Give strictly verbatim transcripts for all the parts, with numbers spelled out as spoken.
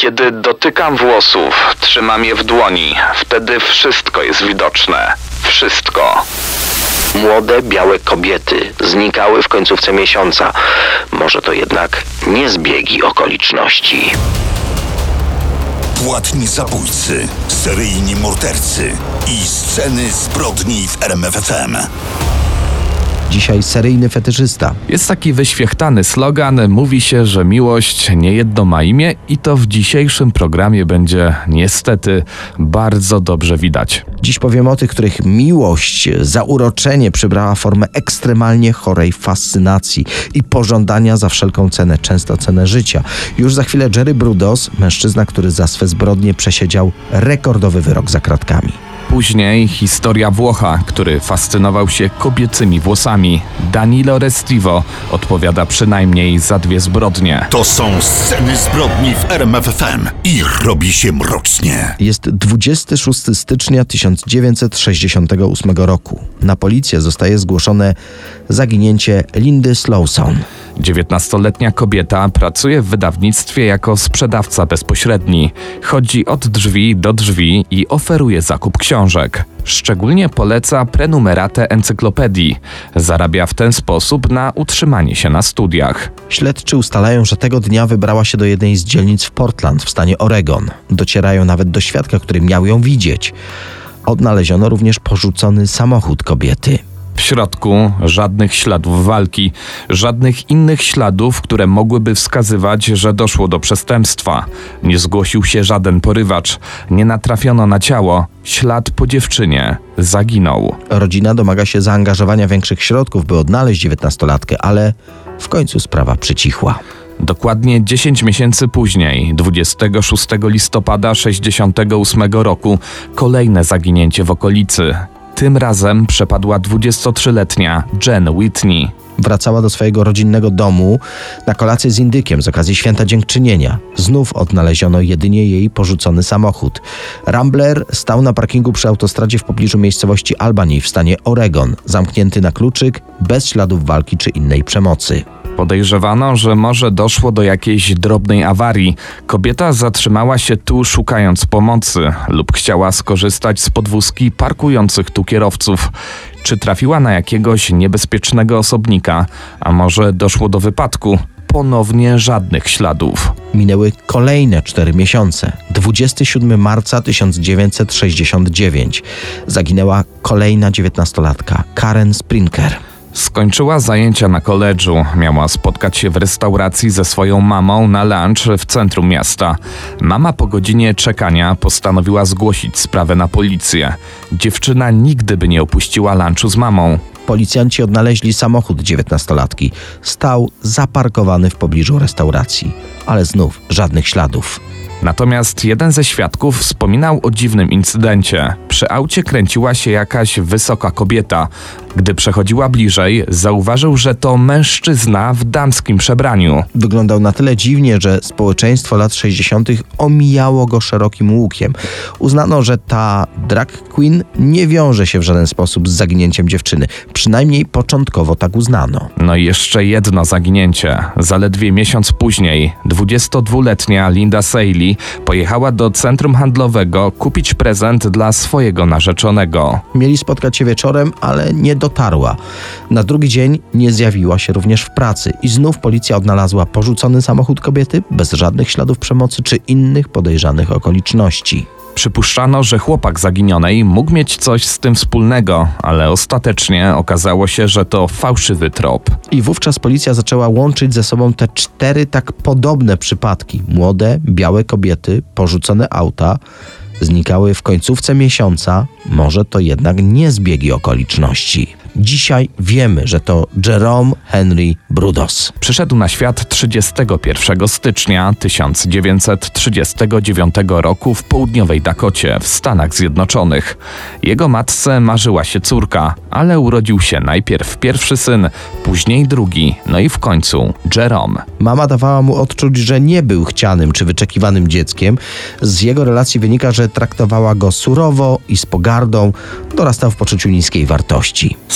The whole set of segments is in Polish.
Kiedy dotykam włosów, trzymam je w dłoni, wtedy wszystko jest widoczne. Wszystko. Młode, białe kobiety znikały w końcówce miesiąca. Może to jednak nie zbiegi okoliczności. Płatni zabójcy, seryjni mordercy i sceny zbrodni w R M F F M. Dzisiaj seryjny fetyszysta. Jest taki wyświechtany slogan, mówi się, że miłość niejedno ma imię i to w dzisiejszym programie będzie niestety bardzo dobrze widać. Dziś powiemy o tych, których miłość, zauroczenie przybrała formę ekstremalnie chorej fascynacji i pożądania za wszelką cenę, często cenę życia. Już za chwilę Jerry Brudos, mężczyzna, który za swe zbrodnie przesiedział rekordowy wyrok za kratkami. Później historia Włocha, który fascynował się kobiecymi włosami. Danilo Restivo odpowiada przynajmniej za dwie zbrodnie. To są sceny zbrodni w R M F F M i robi się mrocznie. Jest dwudziestego szóstego stycznia tysiąc dziewięćset sześćdziesiątego ósmego roku. Na policję zostaje zgłoszone zaginięcie Lindy Slawson. dziewiętnastoletnia kobieta pracuje w wydawnictwie jako sprzedawca bezpośredni. Chodzi od drzwi do drzwi i oferuje zakup książek. Szczególnie poleca prenumeratę encyklopedii. Zarabia w ten sposób na utrzymanie się na studiach. Śledczy ustalają, że tego dnia wybrała się do jednej z dzielnic w Portland w stanie Oregon. Docierają nawet do świadka, który miał ją widzieć. Odnaleziono również porzucony samochód kobiety. W środku żadnych śladów walki, żadnych innych śladów, które mogłyby wskazywać, że doszło do przestępstwa. Nie zgłosił się żaden porywacz, nie natrafiono na ciało. Ślad po dziewczynie zaginął. Rodzina domaga się zaangażowania większych środków, by odnaleźć dziewiętnastolatkę, ale w końcu sprawa przycichła. Dokładnie dziesięć miesięcy później, dwudziestego szóstego listopada sześćdziesiątego ósmego roku, kolejne zaginięcie w okolicy. Tym razem przepadła dwudziestotrzyletnia Jen Whitney. Wracała do swojego rodzinnego domu na kolację z indykiem z okazji Święta Dziękczynienia. Znów odnaleziono jedynie jej porzucony samochód. Rambler stał na parkingu przy autostradzie w pobliżu miejscowości Albany w stanie Oregon, zamknięty na kluczyk, bez śladów walki czy innej przemocy. Podejrzewano, że może doszło do jakiejś drobnej awarii. Kobieta zatrzymała się tu szukając pomocy lub chciała skorzystać z podwózki parkujących tu kierowców. Czy trafiła na jakiegoś niebezpiecznego osobnika, a może doszło do wypadku? Ponownie żadnych śladów. Minęły kolejne cztery miesiące. dwudziestego siódmego marca tysiąc dziewięćset sześćdziesiątego dziewiątego. Zaginęła kolejna dziewiętnastolatka, Karen Sprinker. Skończyła zajęcia na koledżu, miała spotkać się w restauracji ze swoją mamą na lunch w centrum miasta. Mama po godzinie czekania postanowiła zgłosić sprawę na policję. Dziewczyna nigdy by nie opuściła lunchu z mamą. Policjanci odnaleźli samochód dziewiętnastolatki. Stał zaparkowany w pobliżu restauracji, ale znów żadnych śladów. Natomiast jeden ze świadków wspominał o dziwnym incydencie. Przy aucie kręciła się jakaś wysoka kobieta. Gdy przechodziła bliżej, zauważył, że to mężczyzna w damskim przebraniu. Wyglądał na tyle dziwnie, że społeczeństwo lat sześćdziesiątych omijało go szerokim łukiem. Uznano, że ta drag queen nie wiąże się w żaden sposób z zaginięciem dziewczyny. Przynajmniej początkowo tak uznano. No i jeszcze jedno zaginięcie. Zaledwie miesiąc później dwudziestodwuletnia Linda Seeley pojechała do centrum handlowego kupić prezent dla swojego narzeczonego. Mieli spotkać się wieczorem, ale nie dotarła. Na drugi dzień nie zjawiła się również w pracy i znów policja odnalazła porzucony samochód kobiety bez żadnych śladów przemocy czy innych podejrzanych okoliczności. Przypuszczano, że chłopak zaginionej mógł mieć coś z tym wspólnego, ale ostatecznie okazało się, że to fałszywy trop. I wówczas policja zaczęła łączyć ze sobą te cztery tak podobne przypadki. Młode, białe kobiety, porzucone auta, znikały w końcówce miesiąca. Może to jednak nie zbiegi okoliczności. Dzisiaj wiemy, że to Jerome Henry Brudos. Przyszedł na świat trzydziestego pierwszego stycznia tysiąc dziewięćset trzydziestego dziewiątego roku w południowej Dakocie w Stanach Zjednoczonych. Jego matce marzyła się córka, ale urodził się najpierw pierwszy syn, później drugi, no i w końcu Jerome. Mama dawała mu odczuć, że nie był chcianym czy wyczekiwanym dzieckiem. Z jego relacji wynika, że traktowała go surowo i z pogardą. Dorastał w poczuciu niskiej wartości.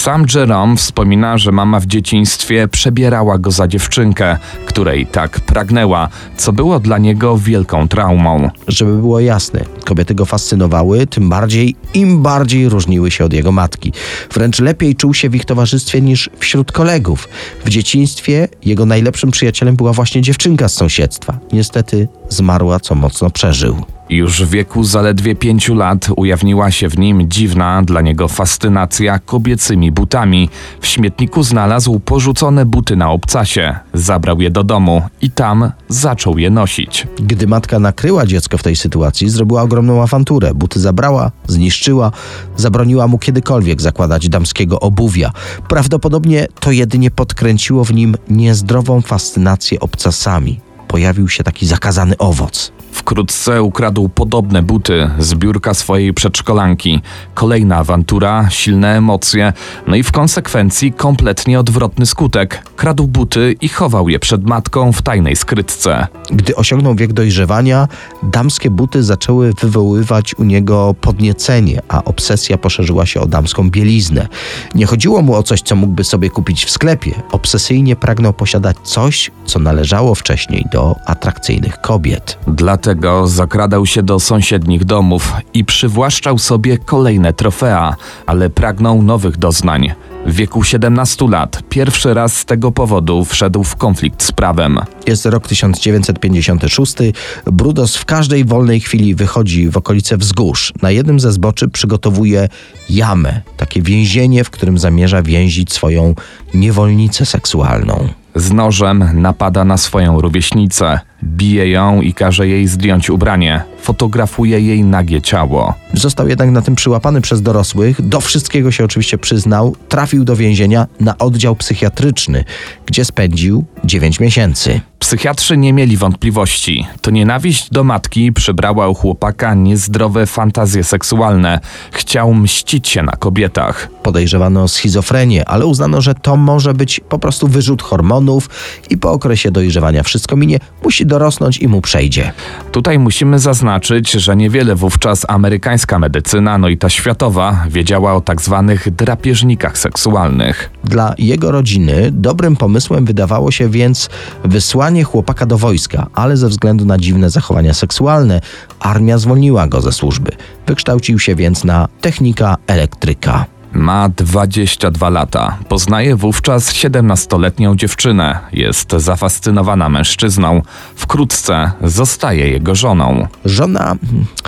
Sam Jerome wspomina, że mama w dzieciństwie przebierała go za dziewczynkę, której tak pragnęła, co było dla niego wielką traumą. Żeby było jasne, kobiety go fascynowały, tym bardziej im bardziej różniły się od jego matki. Wręcz lepiej czuł się w ich towarzystwie niż wśród kolegów. W dzieciństwie jego najlepszym przyjacielem była właśnie dziewczynka z sąsiedztwa. Niestety zmarła, co mocno przeżył. Już w wieku zaledwie pięciu lat ujawniła się w nim dziwna dla niego fascynacja kobiecymi butami. W śmietniku znalazł porzucone buty na obcasie, zabrał je do domu i tam zaczął je nosić. Gdy matka nakryła dziecko w tej sytuacji, zrobiła ogromną awanturę. Buty zabrała, zniszczyła, zabroniła mu kiedykolwiek zakładać damskiego obuwia. Prawdopodobnie to jedynie podkręciło w nim niezdrową fascynację obcasami. Pojawił się taki zakazany owoc. Wkrótce ukradł podobne buty z biurka swojej przedszkolanki. Kolejna awantura, silne emocje, no i w konsekwencji kompletnie odwrotny skutek. Kradł buty i chował je przed matką w tajnej skrytce. Gdy osiągnął wiek dojrzewania, damskie buty zaczęły wywoływać u niego podniecenie, a obsesja poszerzyła się o damską bieliznę. Nie chodziło mu o coś, co mógłby sobie kupić w sklepie. Obsesyjnie pragnął posiadać coś, co należało wcześniej do atrakcyjnych kobiet. Dlatego zakradał się do sąsiednich domów i przywłaszczał sobie kolejne trofea, ale pragnął nowych doznań. W wieku siedemnastu lat pierwszy raz z tego powodu wszedł w konflikt z prawem. Jest rok tysiąc dziewięćset pięćdziesiąty szósty. Brudos w każdej wolnej chwili wychodzi w okolice wzgórz. Na jednym ze zboczy przygotowuje jamę, takie więzienie, w którym zamierza więzić swoją niewolnicę seksualną. Z nożem napada na swoją rówieśnicę, bije ją i każe jej zdjąć ubranie. Fotografuje jej nagie ciało. Został jednak na tym przyłapany przez dorosłych, do wszystkiego się oczywiście przyznał, trafił do więzienia na oddział psychiatryczny, gdzie spędził dziewięć miesięcy. Psychiatrzy nie mieli wątpliwości. To nienawiść do matki przybrała u chłopaka niezdrowe fantazje seksualne. Chciał mścić się na kobietach. Podejrzewano o schizofrenię, ale uznano, że to może być po prostu wyrzut hormonów i po okresie dojrzewania wszystko minie, musi dorosnąć i mu przejdzie. Tutaj musimy zaznaczyć, że niewiele wówczas amerykańska medycyna, no i ta światowa, wiedziała o tak zwanych drapieżnikach seksualnych. Dla jego rodziny dobrym pomysłem wydawało się więc wysłanie chłopaka do wojska, ale ze względu na dziwne zachowania seksualne armia zwolniła go ze służby. Wykształcił się więc na technika elektryka. Ma dwadzieścia dwa lata. Poznaje wówczas siedemnastoletnią dziewczynę. Jest zafascynowana mężczyzną. Wkrótce zostaje jego żoną. Żona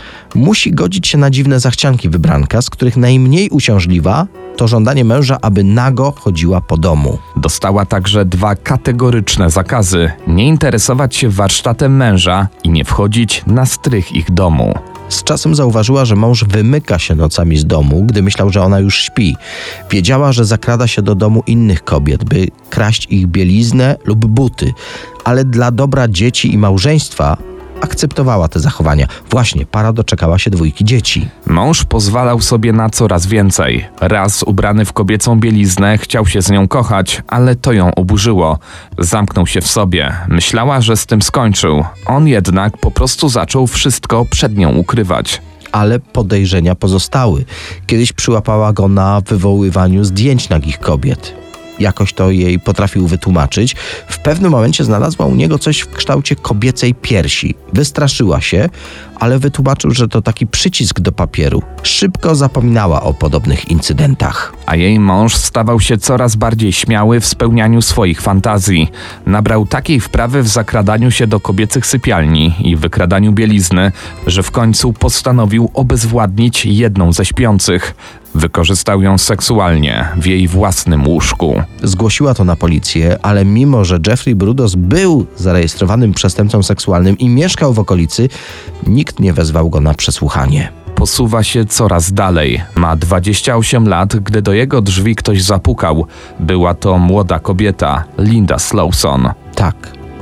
musi godzić się na dziwne zachcianki wybranka, z których najmniej uciążliwa to żądanie męża, aby nago chodziła po domu. Dostała także dwa kategoryczne zakazy: nie interesować się warsztatem męża i nie wchodzić na strych ich domu. Z czasem zauważyła, że mąż wymyka się nocami z domu, gdy myślał, że ona już śpi. Wiedziała, że zakrada się do domu innych kobiet, by kraść ich bieliznę lub buty, ale dla dobra dzieci i małżeństwa akceptowała te zachowania. Właśnie para doczekała się dwójki dzieci. Mąż pozwalał sobie na coraz więcej. Raz ubrany w kobiecą bieliznę chciał się z nią kochać, ale to ją oburzyło. Zamknął się w sobie. Myślała, że z tym skończył. On jednak po prostu zaczął wszystko przed nią ukrywać. Ale podejrzenia pozostały. Kiedyś przyłapała go na wywoływaniu zdjęć nagich kobiet. Jakoś to jej potrafił wytłumaczyć. W pewnym momencie znalazła u niego coś w kształcie kobiecej piersi. Wystraszyła się, ale wytłumaczył, że to taki przycisk do papieru. Szybko zapominała o podobnych incydentach. A jej mąż stawał się coraz bardziej śmiały w spełnianiu swoich fantazji. Nabrał takiej wprawy w zakradaniu się do kobiecych sypialni i wykradaniu bielizny, że w końcu postanowił obezwładnić jedną ze śpiących. Wykorzystał ją seksualnie w jej własnym łóżku. Zgłosiła to na policję, ale mimo że Jeffrey Brudos był zarejestrowanym przestępcą seksualnym i mieszkał w okolicy, nikt nie wezwał go na przesłuchanie. Posuwa się coraz dalej. Ma dwadzieścia osiem lat, gdy do jego drzwi ktoś zapukał. Była to młoda kobieta, Linda Slawson. Tak, ta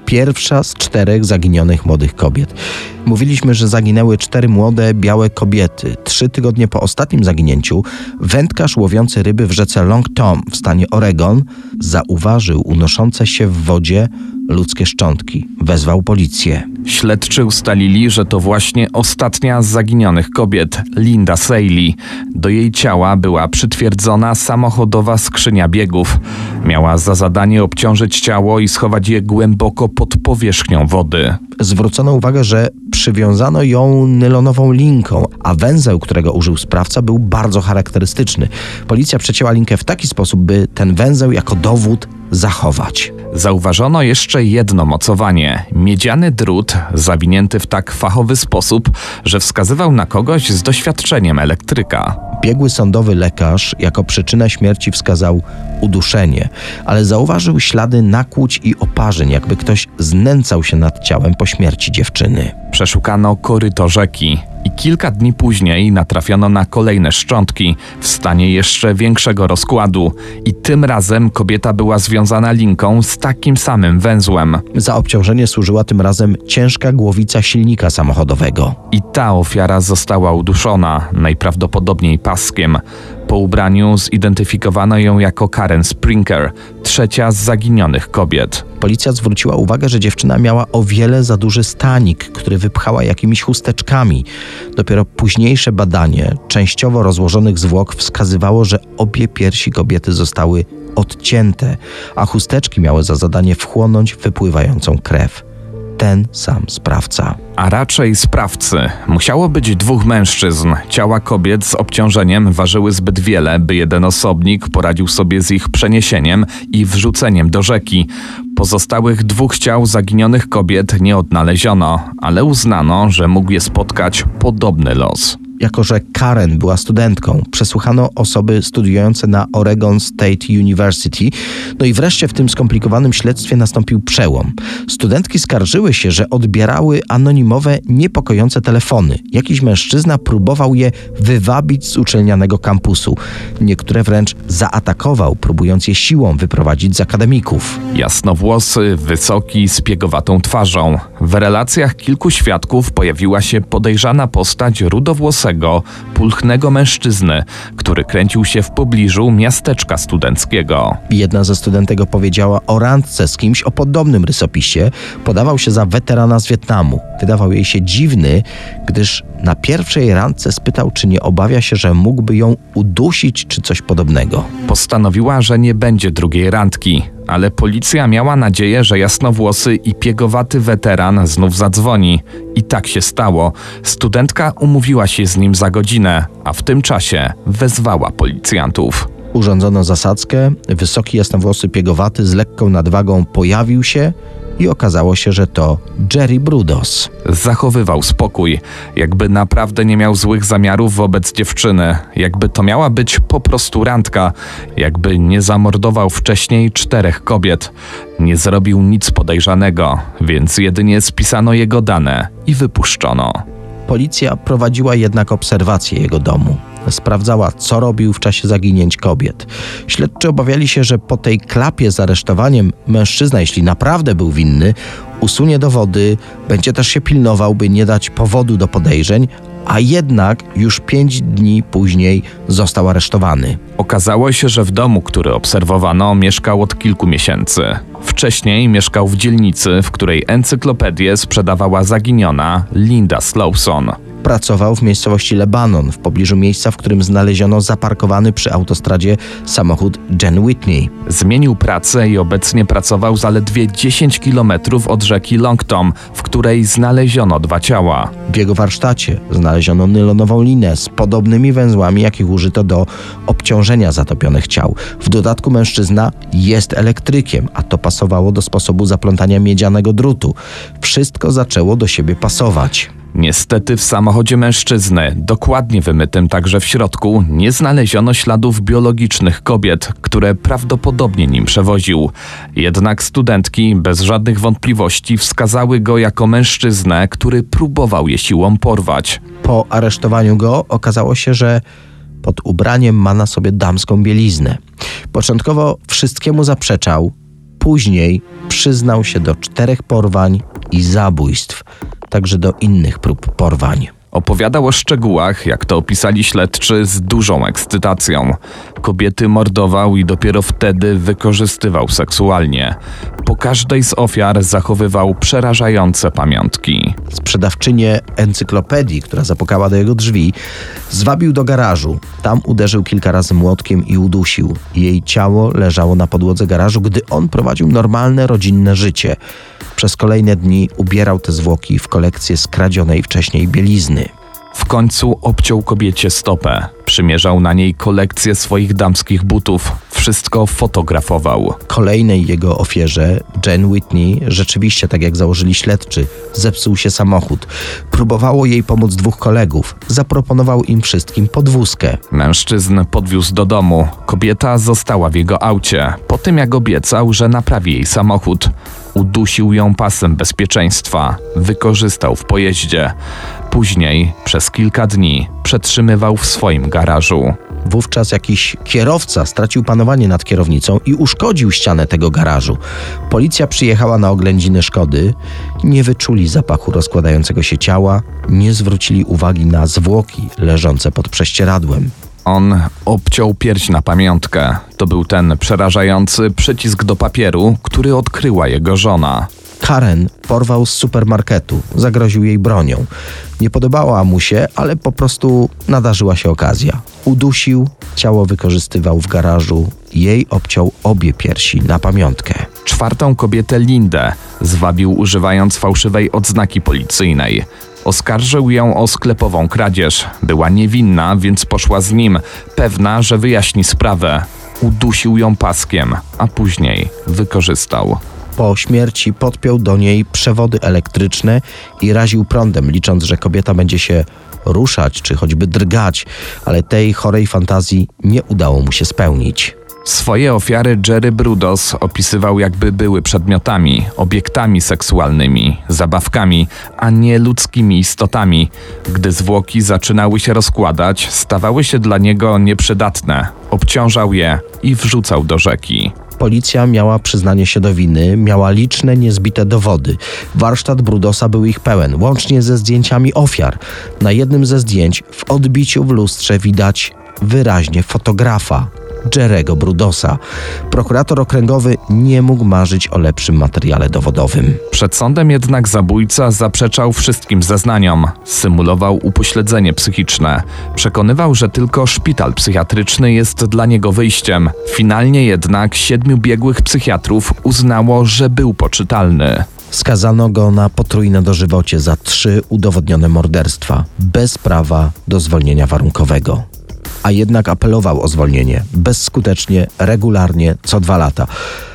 pierwsza z czterech zaginionych młodych kobiet. Mówiliśmy, że zaginęły cztery młode, białe kobiety. Trzy tygodnie po ostatnim zaginięciu wędkarz łowiący ryby w rzece Long Tom w stanie Oregon zauważył unoszące się w wodzie ludzkie szczątki. Wezwał policję. Śledczy ustalili, że to właśnie ostatnia z zaginionych kobiet, Linda Sailey. Do jej ciała była przytwierdzona samochodowa skrzynia biegów. Miała za zadanie obciążyć ciało i schować je głęboko pod powierzchnią wody. Zwrócono uwagę, że przywiązano ją nylonową linką, a węzeł, którego użył sprawca, był bardzo charakterystyczny. Policja przecięła linkę w taki sposób, by ten węzeł jako dowód zachować. Zauważono jeszcze jedno mocowanie. Miedziany drut, zawinięty w tak fachowy sposób, że wskazywał na kogoś z doświadczeniem elektryka. Biegły sądowy lekarz jako przyczynę śmierci wskazał uduszenie, ale zauważył ślady nakłuć i oparzeń, jakby ktoś znęcał się nad ciałem po śmierci dziewczyny. Przeszukano koryto rzeki i kilka dni później natrafiono na kolejne szczątki w stanie jeszcze większego rozkładu i tym razem kobieta była związana linką z takim samym węzłem. Za obciążenie służyła tym razem ciężka głowica silnika samochodowego. I ta ofiara została uduszona, najprawdopodobniej paskiem. Po ubraniu zidentyfikowano ją jako Karen Sprinker, trzecia z zaginionych kobiet. Policja zwróciła uwagę, że dziewczyna miała o wiele za duży stanik, który wypchała jakimiś chusteczkami. Dopiero późniejsze badanie częściowo rozłożonych zwłok wskazywało, że obie piersi kobiety zostały odcięte, a chusteczki miały za zadanie wchłonąć wypływającą krew. Ten sam sprawca. A raczej sprawcy. Musiało być dwóch mężczyzn. Ciała kobiet z obciążeniem ważyły zbyt wiele, by jeden osobnik poradził sobie z ich przeniesieniem i wrzuceniem do rzeki. Pozostałych dwóch ciał zaginionych kobiet nie odnaleziono, ale uznano, że mógł je spotkać podobny los. Jako że Karen była studentką, przesłuchano osoby studiujące na Oregon State University. No i wreszcie w tym skomplikowanym śledztwie nastąpił przełom. Studentki skarżyły się, że odbierały anonimowe, niepokojące telefony. Jakiś mężczyzna próbował je wywabić z uczelnianego kampusu. Niektóre wręcz zaatakował, próbując je siłą wyprowadzić z akademików. Jasnowłosy, wysoki, z piegowatą twarzą. W relacjach kilku świadków pojawiła się podejrzana postać rudowłosego, pulchnego mężczyzny, który kręcił się w pobliżu miasteczka studenckiego. Jedna ze studentek opowiedziała o randce z kimś o podobnym rysopisie. Podawał się za weterana z Wietnamu. Wydawał jej się dziwny, gdyż na pierwszej randce spytał, czy nie obawia się, że mógłby ją udusić, czy coś podobnego. Postanowiła, że nie będzie drugiej randki, ale policja miała nadzieję, że jasnowłosy i piegowaty weteran znów zadzwoni. I tak się stało. Studentka umówiła się z nim za godzinę, a w tym czasie wezwała policjantów. Urządzono zasadzkę, wysoki jasnowłosy piegowaty z lekką nadwagą pojawił się i okazało się, że to Jerry Brudos. Zachowywał spokój, jakby naprawdę nie miał złych zamiarów wobec dziewczyny, jakby to miała być po prostu randka, jakby nie zamordował wcześniej czterech kobiet. Nie zrobił nic podejrzanego, więc jedynie spisano jego dane i wypuszczono. Policja prowadziła jednak obserwację jego domu. Sprawdzała, co robił w czasie zaginięć kobiet. Śledczy obawiali się, że po tej klapie z aresztowaniem mężczyzna, jeśli naprawdę był winny, usunie dowody, będzie też się pilnował, by nie dać powodu do podejrzeń, a jednak już pięć dni później został aresztowany. Okazało się, że w domu, który obserwowano, mieszkał od kilku miesięcy. Wcześniej mieszkał w dzielnicy, w której encyklopedię sprzedawała zaginiona Linda Slawson. Pracował w miejscowości Lebanon, w pobliżu miejsca, w którym znaleziono zaparkowany przy autostradzie samochód Jen Whitney. Zmienił pracę i obecnie pracował zaledwie dziesięć kilometrów od rzeki Long Tom, w której znaleziono dwa ciała. W jego warsztacie znaleziono nylonową linę z podobnymi węzłami, jakich użyto do obciążenia zatopionych ciał. W dodatku mężczyzna jest elektrykiem, a to pasowało do sposobu zaplątania miedzianego drutu. Wszystko zaczęło do siebie pasować. Niestety w samochodzie mężczyzny, dokładnie wymytym także w środku, nie znaleziono śladów biologicznych kobiet, które prawdopodobnie nim przewoził. Jednak studentki bez żadnych wątpliwości wskazały go jako mężczyznę, który próbował je siłą porwać. Po aresztowaniu go okazało się, że pod ubraniem ma na sobie damską bieliznę. Początkowo wszystkiemu zaprzeczał. Później przyznał się do czterech porwań i zabójstw, także do innych prób porwań. Opowiadał o szczegółach, jak to opisali śledczy, z dużą ekscytacją. Kobiety mordował i dopiero wtedy wykorzystywał seksualnie. Po każdej z ofiar zachowywał przerażające pamiątki. Sprzedawczynię encyklopedii, która zapukała do jego drzwi, zwabił do garażu. Tam uderzył kilka razy młotkiem i udusił. Jej ciało leżało na podłodze garażu, gdy on prowadził normalne, rodzinne życie. Przez kolejne dni ubierał te zwłoki w kolekcję skradzionej wcześniej bielizny. W końcu obciął kobiecie stopę. Przymierzał na niej kolekcję swoich damskich butów. Wszystko fotografował. Kolejnej jego ofierze, Jane Whitney, rzeczywiście, tak jak założyli śledczy, zepsuł się samochód. Próbowało jej pomóc dwóch kolegów. Zaproponował im wszystkim podwózkę. Mężczyzn podwiózł do domu. Kobieta została w jego aucie. Po tym, jak obiecał, że naprawi jej samochód. Udusił ją pasem bezpieczeństwa. Wykorzystał w pojeździe. Później, przez kilka dni, przetrzymywał w swoim garażu. Wówczas jakiś kierowca stracił panowanie nad kierownicą i uszkodził ścianę tego garażu. Policja przyjechała na oględziny szkody. Nie wyczuli zapachu rozkładającego się ciała, nie zwrócili uwagi na zwłoki leżące pod prześcieradłem. On obciął pierś na pamiątkę. To był ten przerażający przycisk do papieru, który odkryła jego żona. Karen porwał z supermarketu, zagroził jej bronią. Nie podobała mu się, ale po prostu nadarzyła się okazja. Udusił, ciało wykorzystywał w garażu, jej obciął obie piersi na pamiątkę. Czwartą kobietę, Lindę, zwabił używając fałszywej odznaki policyjnej. Oskarżył ją o sklepową kradzież. Była niewinna, więc poszła z nim, pewna, że wyjaśni sprawę. Udusił ją paskiem, a później wykorzystał. Po śmierci podpiął do niej przewody elektryczne i raził prądem, licząc, że kobieta będzie się ruszać czy choćby drgać, ale tej chorej fantazji nie udało mu się spełnić. Swoje ofiary Jerry Brudos opisywał, jakby były przedmiotami, obiektami seksualnymi, zabawkami, a nie ludzkimi istotami. Gdy zwłoki zaczynały się rozkładać, stawały się dla niego nieprzydatne. Obciążał je i wrzucał do rzeki. Policja miała przyznanie się do winy, miała liczne niezbite dowody. Warsztat Brudosa był ich pełen, łącznie ze zdjęciami ofiar. Na jednym ze zdjęć w odbiciu w lustrze widać wyraźnie fotografa, Jerry'ego Brudosa. Prokurator okręgowy nie mógł marzyć o lepszym materiale dowodowym. Przed sądem jednak zabójca zaprzeczał wszystkim zeznaniom. Symulował upośledzenie psychiczne. Przekonywał, że tylko szpital psychiatryczny jest dla niego wyjściem. Finalnie jednak siedmiu biegłych psychiatrów uznało, że był poczytalny. Skazano go na potrójne dożywocie za trzy udowodnione morderstwa, bez prawa do zwolnienia warunkowego. A jednak apelował o zwolnienie, bezskutecznie, regularnie, co dwa lata.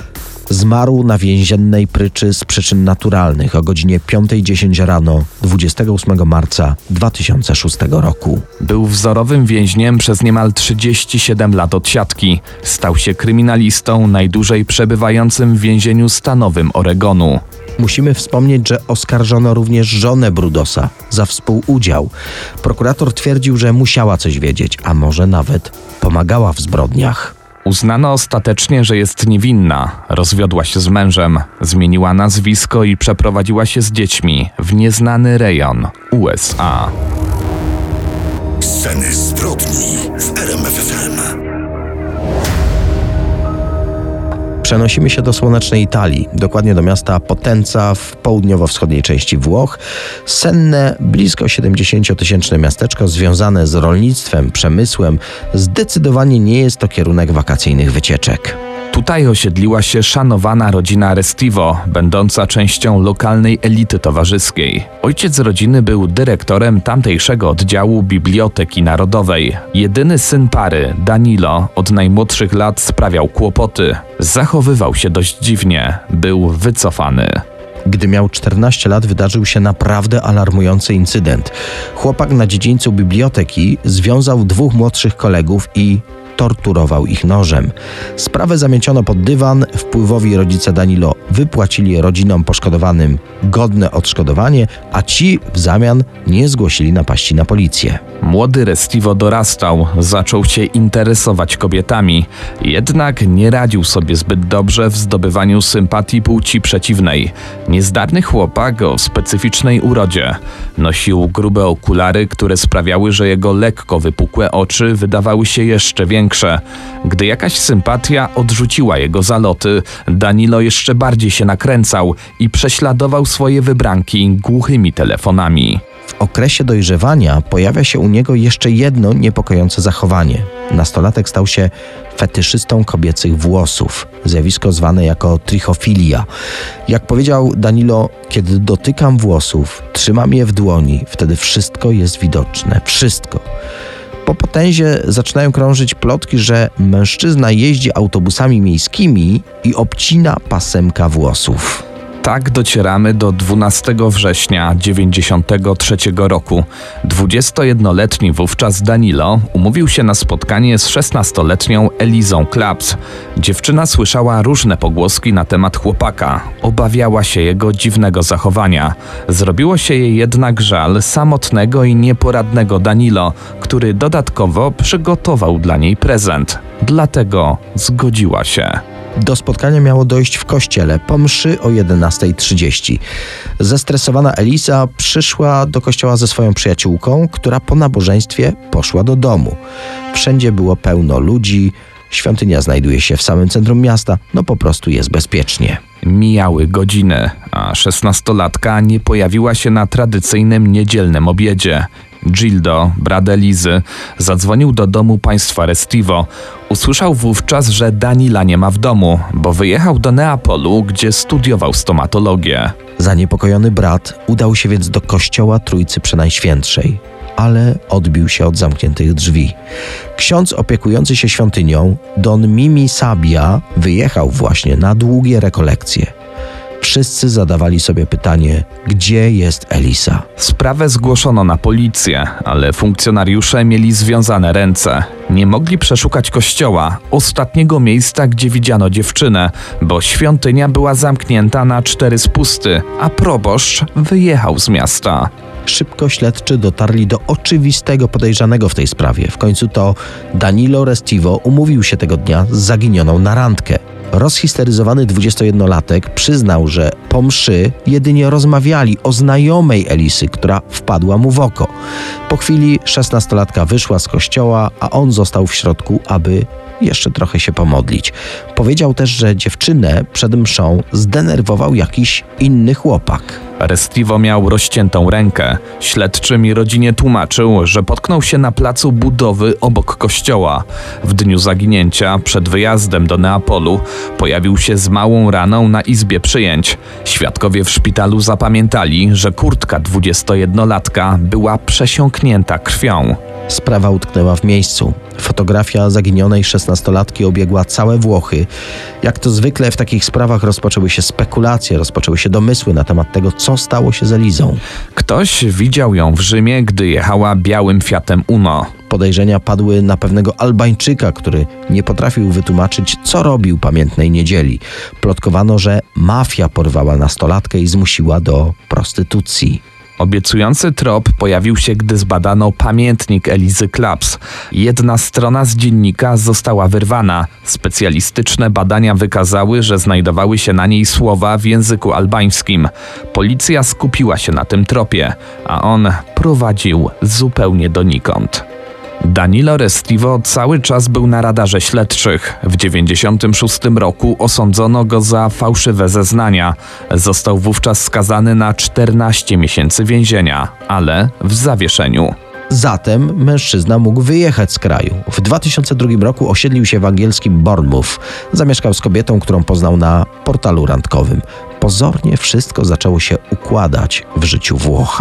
Zmarł na więziennej pryczy z przyczyn naturalnych o godzinie piąta dziesięć rano dwudziestego ósmego marca dwa tysiące szóstego roku. Był wzorowym więźniem przez niemal trzydzieści siedem lat odsiadki. Stał się kryminalistą najdłużej przebywającym w więzieniu stanowym Oregonu. Musimy wspomnieć, że oskarżono również żonę Brudosa za współudział. Prokurator twierdził, że musiała coś wiedzieć, a może nawet pomagała w zbrodniach. Uznano ostatecznie, że jest niewinna. Rozwiodła się z mężem, zmieniła nazwisko i przeprowadziła się z dziećmi w nieznany rejon U S A. Sceny zbrodni w R M F F M. Przenosimy się do słonecznej Italii, dokładnie do miasta Potenza w południowo-wschodniej części Włoch. Senne, blisko siedemdziesięciotysięczne miasteczko związane z rolnictwem, przemysłem. Zdecydowanie nie jest to kierunek wakacyjnych wycieczek. Tutaj osiedliła się szanowana rodzina Restivo, będąca częścią lokalnej elity towarzyskiej. Ojciec rodziny był dyrektorem tamtejszego oddziału Biblioteki Narodowej. Jedyny syn pary, Danilo, od najmłodszych lat sprawiał kłopoty. Zachowywał się dość dziwnie, był wycofany. Gdy miał czternaście lat, wydarzył się naprawdę alarmujący incydent. Chłopak na dziedzińcu biblioteki związał dwóch młodszych kolegów i torturował ich nożem. Sprawę zamieciono pod dywan, wpływowi rodzice Danilo wypłacili rodzinom poszkodowanym godne odszkodowanie, a ci w zamian nie zgłosili napaści na policję. Młody Restivo dorastał, zaczął się interesować kobietami, jednak nie radził sobie zbyt dobrze w zdobywaniu sympatii płci przeciwnej. Niezdarny chłopak o specyficznej urodzie. Nosił grube okulary, które sprawiały, że jego lekko wypukłe oczy wydawały się jeszcze większe. Gdy jakaś sympatia odrzuciła jego zaloty, Danilo jeszcze bardziej się nakręcał i prześladował swoje wybranki głuchymi telefonami. W okresie dojrzewania pojawia się u niego jeszcze jedno niepokojące zachowanie. Nastolatek stał się fetyszystą kobiecych włosów, zjawisko zwane jako trichofilia. Jak powiedział Danilo, kiedy dotykam włosów, trzymam je w dłoni, wtedy wszystko jest widoczne, wszystko. Po potęzie zaczynają krążyć plotki, że mężczyzna jeździ autobusami miejskimi i obcina pasemka włosów. Tak docieramy do dwunastego września dziewięćdziesiątego trzeciego roku. dwudziestojednoletni wówczas Danilo umówił się na spotkanie z szesnastoletnią Elizą Claps. Dziewczyna słyszała różne pogłoski na temat chłopaka. Obawiała się jego dziwnego zachowania. Zrobiło się jej jednak żal samotnego i nieporadnego Danilo, który dodatkowo przygotował dla niej prezent. Dlatego zgodziła się. Do spotkania miało dojść w kościele po mszy o jedenastej trzydzieści. Zestresowana Eliza przyszła do kościoła ze swoją przyjaciółką, która po nabożeństwie poszła do domu. Wszędzie było pełno ludzi, świątynia znajduje się w samym centrum miasta, no po prostu jest bezpiecznie. Mijały godziny, a szesnastolatka nie pojawiła się na tradycyjnym niedzielnym obiedzie. Gildo, brat Elizy, zadzwonił do domu państwa Restivo. Usłyszał wówczas, że Danila nie ma w domu, bo wyjechał do Neapolu, gdzie studiował stomatologię. Zaniepokojony brat udał się więc do kościoła Trójcy Przenajświętszej, ale odbił się od zamkniętych drzwi. Ksiądz opiekujący się świątynią, Don Mimi Sabia, wyjechał właśnie na długie rekolekcje. Wszyscy zadawali sobie pytanie, gdzie jest Elisa? Sprawę zgłoszono na policję, ale funkcjonariusze mieli związane ręce. Nie mogli przeszukać kościoła, ostatniego miejsca, gdzie widziano dziewczynę, bo świątynia była zamknięta na cztery spusty, a proboszcz wyjechał z miasta. Szybko śledczy dotarli do oczywistego podejrzanego w tej sprawie. W końcu to Danilo Restivo umówił się tego dnia z zaginioną na randkę. Rozhisteryzowany dwudziestojednolatek przyznał, że po mszy jedynie rozmawiali o znajomej Elisy, która wpadła mu w oko. Po chwili szesnastolatka wyszła z kościoła, a on został w środku, aby jeszcze trochę się pomodlić. Powiedział też, że dziewczynę przed mszą zdenerwował jakiś inny chłopak. Restivo miał rozciętą rękę. Śledczy mi rodzinie tłumaczył, że potknął się na placu budowy obok kościoła. W dniu zaginięcia, przed wyjazdem do Neapolu, pojawił się z małą raną na izbie przyjęć. Świadkowie w szpitalu zapamiętali, że kurtka dwudziestojednolatka była przesiąknięta krwią. Sprawa utknęła w miejscu. Fotografia zaginionej szesnastolatki obiegła całe Włochy. Jak to zwykle w takich sprawach rozpoczęły się spekulacje, rozpoczęły się domysły na temat tego, co stało się z Elizą. Ktoś widział ją w Rzymie, gdy jechała białym Fiatem Uno. Podejrzenia padły na pewnego Albańczyka, który nie potrafił wytłumaczyć, co robił pamiętnej niedzieli. Plotkowano, że mafia porwała nastolatkę i zmusiła do prostytucji. Obiecujący trop pojawił się, gdy zbadano pamiętnik Elizy Claps. Jedna strona z dziennika została wyrwana. Specjalistyczne badania wykazały, że znajdowały się na niej słowa w języku albańskim. Policja skupiła się na tym tropie, a on prowadził zupełnie donikąd. Danilo Restivo cały czas był na radarze śledczych. W dziewięćdziesiątym szóstym roku osądzono go za fałszywe zeznania. Został wówczas skazany na czternaście miesięcy więzienia, ale w zawieszeniu. Zatem mężczyzna mógł wyjechać z kraju. W dwa tysiące drugim roku osiedlił się w angielskim Bournemouth. Zamieszkał z kobietą, którą poznał na portalu randkowym. Pozornie wszystko zaczęło się układać w życiu Włocha.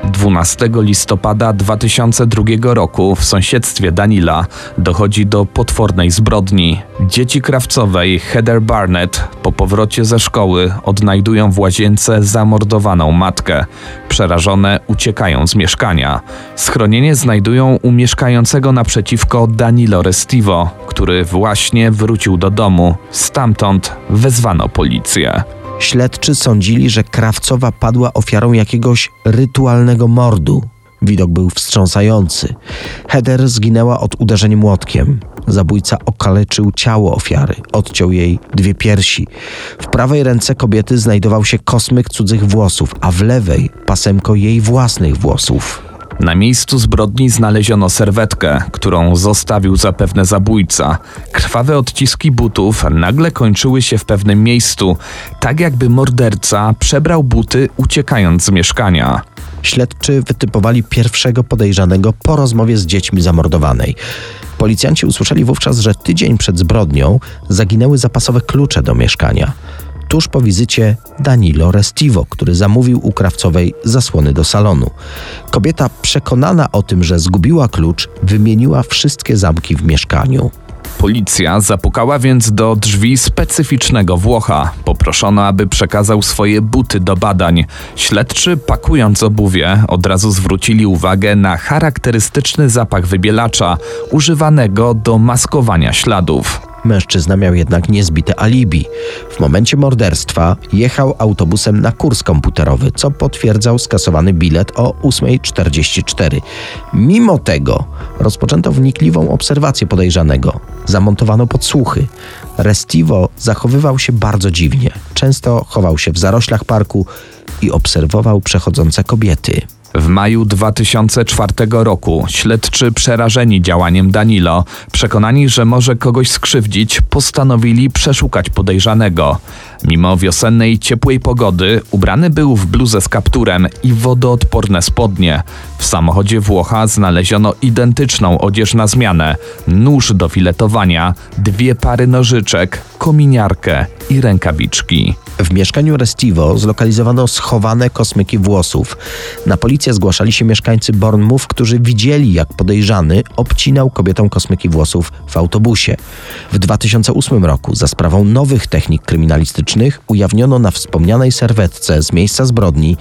dwunastego listopada dwa tysiące drugiego roku w sąsiedztwie Danila dochodzi do potwornej zbrodni. Dzieci Krawcowej Heather Barnett po powrocie ze szkoły odnajdują w łazience zamordowaną matkę. Przerażone uciekają z mieszkania. Schronienie znajdują u mieszkającego naprzeciwko Danilo Restivo, który właśnie wrócił do domu. Stamtąd wezwano policję. Śledczy sądzili, że Krawcowa padła ofiarą jakiegoś rytualnego mordu. Widok był wstrząsający. Heather zginęła od uderzenia młotkiem. Zabójca okaleczył ciało ofiary, odciął jej dwie piersi. W prawej ręce kobiety znajdował się kosmyk cudzych włosów, a w lewej pasemko jej własnych włosów. Na miejscu zbrodni znaleziono serwetkę, którą zostawił zapewne zabójca. Krwawe odciski butów nagle kończyły się w pewnym miejscu, tak jakby morderca przebrał buty uciekając z mieszkania. Śledczy wytypowali pierwszego podejrzanego po rozmowie z dziećmi zamordowanej. Policjanci usłyszeli wówczas, że tydzień przed zbrodnią zaginęły zapasowe klucze do mieszkania. Tuż po wizycie Danilo Restivo, który zamówił u Krawcowej zasłony do salonu. Kobieta, przekonana o tym, że zgubiła klucz, wymieniła wszystkie zamki w mieszkaniu. Policja zapukała więc do drzwi specyficznego Włocha. Poproszono, aby przekazał swoje buty do badań. Śledczy, pakując obuwie, od razu zwrócili uwagę na charakterystyczny zapach wybielacza, używanego do maskowania śladów. Mężczyzna miał jednak niezbite alibi. W momencie morderstwa jechał autobusem na kurs komputerowy, co potwierdzał skasowany bilet o ósma czterdzieści cztery. Mimo tego rozpoczęto wnikliwą obserwację podejrzanego. Zamontowano podsłuchy. Restivo zachowywał się bardzo dziwnie. Często chował się w zaroślach parku i obserwował przechodzące kobiety. W maju dwa tysiące czwartego roku śledczy, przerażeni działaniem Danilo, przekonani, że może kogoś skrzywdzić, postanowili przeszukać podejrzanego. Mimo wiosennej, ciepłej pogody ubrany był w bluzę z kapturem i wodoodporne spodnie. W samochodzie Włocha znaleziono identyczną odzież na zmianę, nóż do filetowania, dwie pary nożyczek, kominiarkę i rękawiczki. W mieszkaniu Restivo zlokalizowano schowane kosmyki włosów. Na policję zgłaszali się mieszkańcy Bournemouth, którzy widzieli, jak podejrzany obcinał kobietom kosmyki włosów w autobusie. W dwa tysiące ósmym roku za sprawą nowych technik kryminalistycznych ujawniono na wspomnianej serwetce z miejsca zbrodni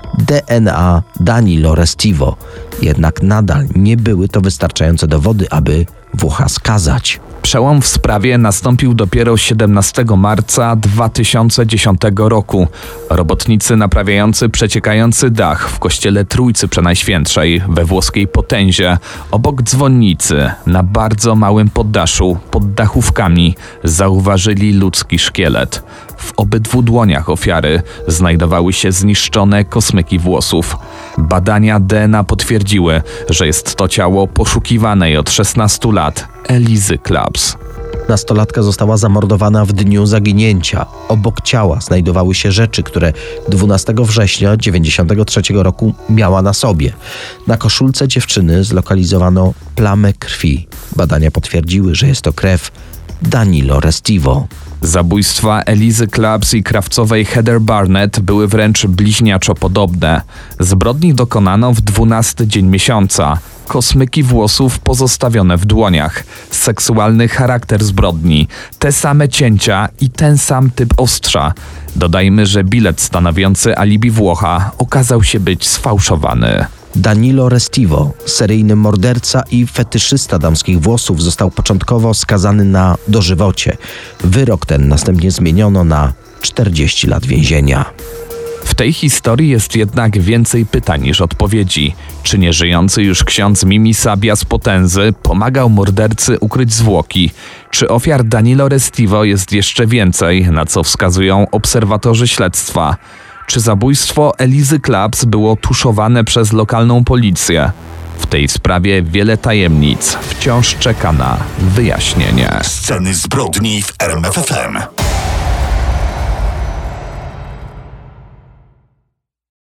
D N A Danilo Restivo. Jednak nadal nie były to wystarczające dowody, aby Włocha skazać. Przełom w sprawie nastąpił dopiero siedemnastego marca dwa tysiące dziesiątego roku. Robotnicy naprawiający przeciekający dach w kościele Trójcy Przenajświętszej we włoskiej Potenzie, obok dzwonnicy, na bardzo małym poddaszu, pod dachówkami, zauważyli ludzki szkielet. W obydwu dłoniach ofiary znajdowały się zniszczone kosmyki włosów. Badania D N A potwierdziły, że jest to ciało poszukiwanej od szesnastu lat Elizy Claps. Nastolatka została zamordowana w dniu zaginięcia. Obok ciała znajdowały się rzeczy, które dwunastego września tysiąc dziewięćset dziewięćdziesiątego trzeciego roku miała na sobie. Na koszulce dziewczyny zlokalizowano plamę krwi. Badania potwierdziły, że jest to krew Danilo Restivo. Zabójstwa Elizy Claps i Krawcowej Heather Barnett były wręcz bliźniaczo podobne. Zbrodni dokonano w dwunasty dzień miesiąca. Kosmyki włosów pozostawione w dłoniach. Seksualny charakter zbrodni. Te same cięcia i ten sam typ ostrza. Dodajmy, że bilet stanowiący alibi Włocha okazał się być sfałszowany. Danilo Restivo, seryjny morderca i fetyszysta damskich włosów, został początkowo skazany na dożywocie. Wyrok ten następnie zmieniono na czterdzieści lat więzienia. W tej historii jest jednak więcej pytań niż odpowiedzi. Czy nieżyjący już ksiądz Mimi Sabia z Potenzy pomagał mordercy ukryć zwłoki? Czy ofiar Danilo Restivo jest jeszcze więcej, na co wskazują obserwatorzy śledztwa? Czy zabójstwo Elizy Claps było tuszowane przez lokalną policję? W tej sprawie wiele tajemnic wciąż czeka na wyjaśnienie. Sceny zbrodni w R M F F M.